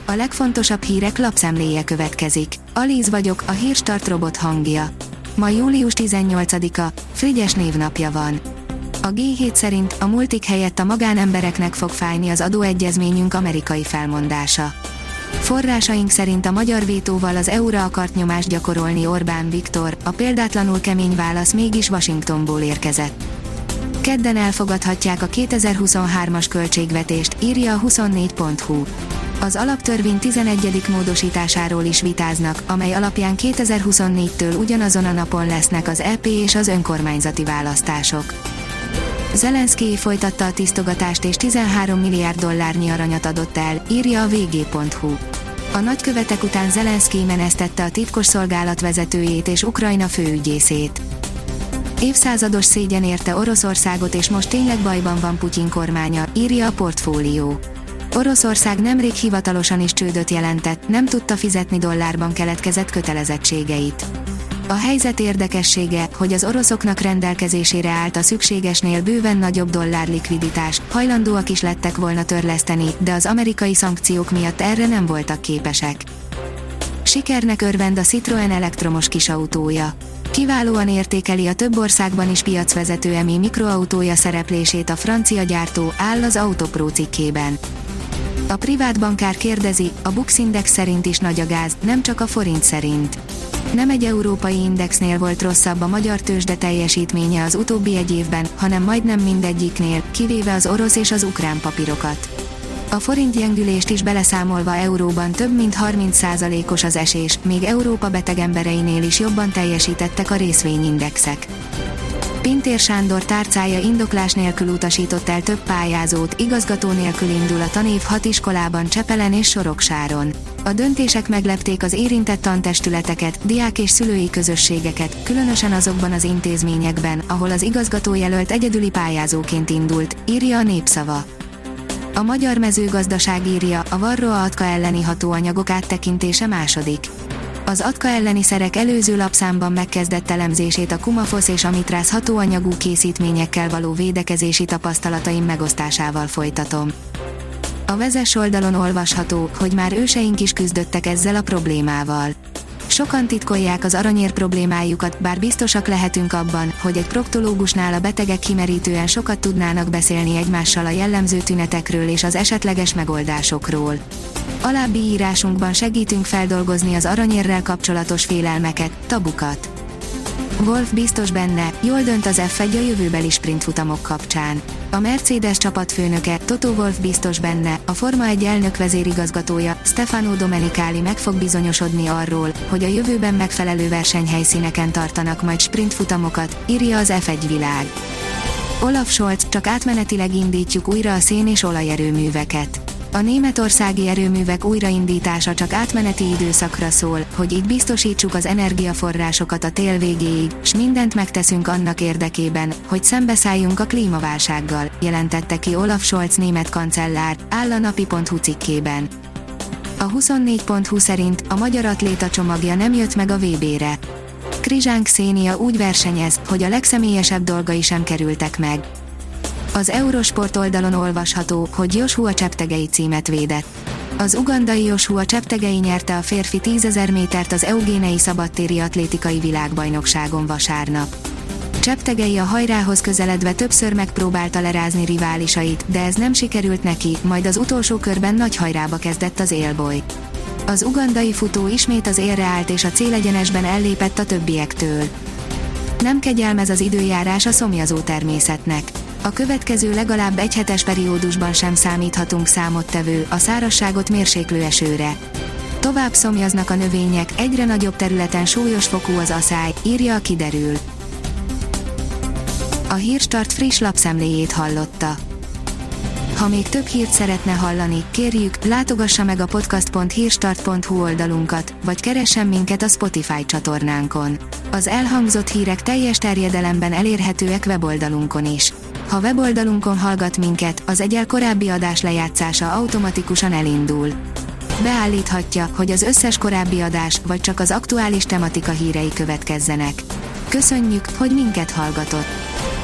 A legfontosabb hírek lapszemléje következik. Alíz vagyok, a Hírstart robot hangja. Ma július 18-a, Frigyes névnapja van. A G7 szerint a multik helyett a magánembereknek fog fájni az adóegyezményünk amerikai felmondása. Forrásaink szerint a magyar vétóval az EU-ra akart nyomást gyakorolni Orbán Viktor, a példátlanul kemény válasz mégis Washingtonból érkezett. Kedden elfogadhatják a 2023-as költségvetést, írja a 24.hu. Az alaptörvény 11. módosításáról is vitáznak, amely alapján 2024-től ugyanazon a napon lesznek az EP és az önkormányzati választások. Zelenszkij folytatta a tisztogatást és 13 milliárd dollárnyi aranyat adott el, írja a vg.hu. A nagykövetek után Zelenszkij menesztette a titkosszolgálat vezetőjét és Ukrajna főügyészét. Évszázados szégyen érte Oroszországot és most tényleg bajban van Putyin kormánya, írja a Portfólió. Oroszország nemrég hivatalosan is csődöt jelentett, nem tudta fizetni dollárban keletkezett kötelezettségeit. A helyzet érdekessége, hogy az oroszoknak rendelkezésére állt a szükségesnél bőven nagyobb dollár likviditás, hajlandóak is lettek volna törleszteni, de az amerikai szankciók miatt erre nem voltak képesek. Sikernek örvend a Citroën elektromos kisautója. Kiválóan értékeli a több országban is piacvezető EMI mikroautója szereplését a francia gyártó, áll az Autopro cikkében. A privát bankár kérdezi, a Bux Index szerint is nagy a gáz, nem csak a forint szerint. Nem egy európai indexnél volt rosszabb a magyar tőzsde teljesítménye az utóbbi egy évben, hanem majdnem mindegyiknél, kivéve az orosz és az ukrán papírokat. A forint gyengülést is beleszámolva euróban több mint 30%-os az esés, még Európa beteg embereinél is jobban teljesítettek a részvényindexek. Pintér Sándor tárcája indoklás nélkül utasított el több pályázót, igazgató nélkül indul a tanév 6 iskolában Csepelen és Soroksáron. A döntések meglepték az érintett tantestületeket, diák és szülői közösségeket, különösen azokban az intézményekben, ahol az igazgatójelölt egyedüli pályázóként indult, írja a Népszava. A magyar mezőgazdaság írja, a Varroa atka elleni hatóanyagok áttekintése második. Az atka elleni szerek előző lapszámban megkezdett elemzését a Kumafosz és Amitrász hatóanyagú készítményekkel való védekezési tapasztalataim megosztásával folytatom. A Vezess oldalon olvasható, hogy már őseink is küzdöttek ezzel a problémával. Sokan titkolják az aranyér problémájukat, bár biztosak lehetünk abban, hogy egy proktológusnál a betegek kimerítően sokat tudnának beszélni egymással a jellemző tünetekről és az esetleges megoldásokról. Alábbi írásunkban segítünk feldolgozni az aranyérrel kapcsolatos félelmeket, tabukat. Wolff biztos benne, jól dönt az F1 a jövőbeli sprintfutamok kapcsán. A Mercedes csapatfőnöke, Toto Wolff biztos benne, a Forma 1 elnök vezérigazgatója, Stefano Domenicali meg fog bizonyosodni arról, hogy a jövőben megfelelő versenyhelyszíneken tartanak majd sprintfutamokat, írja az F1 világ. Olaf Scholz, csak átmenetileg indítjuk újra a szén- és olajerőműveket. A németországi erőművek újraindítása csak átmeneti időszakra szól, hogy így biztosítsuk az energiaforrásokat a tél végéig, s mindent megteszünk annak érdekében, hogy szembeszálljunk a klímaválsággal, jelentette ki Olaf Scholz német kancellár, áll a napi.hu cikkében. A 24.hu szerint a magyar atléta csomagja nem jött meg a VB-re. Krizsán Kszénia úgy versenyez, hogy a legszemélyesebb dolgai sem kerültek meg. Az Eurosport oldalon olvasható, hogy Joshua Cheptegei címet védett. Az ugandai Joshua Cheptegei nyerte a férfi 10.000 métert az Eugénei szabadtéri atlétikai világbajnokságon vasárnap. Cheptegei a hajrához közeledve többször megpróbálta lerázni riválisait, de ez nem sikerült neki, majd az utolsó körben nagy hajrába kezdett az élboly. Az ugandai futó ismét az élre állt és a célegyenesben ellépett a többiektől. Nem kegyelmez az időjárás a szomjazó természetnek. A következő legalább egy hetes periódusban sem számíthatunk számottevő, a szárazságot mérséklő esőre. Tovább szomjaznak a növények, egyre nagyobb területen súlyos fokú az aszály, írja a Kiderül. A Hírstart friss lapszemléjét hallotta. Ha még több hírt szeretne hallani, kérjük, látogassa meg a podcast.hírstart.hu oldalunkat, vagy keressen minket a Spotify csatornánkon. Az elhangzott hírek teljes terjedelemben elérhetőek weboldalunkon is. Ha weboldalunkon hallgat minket, az egyel korábbi adás lejátszása automatikusan elindul. Beállíthatja, hogy az összes korábbi adás, vagy csak az aktuális tematika hírei következzenek. Köszönjük, hogy minket hallgatott!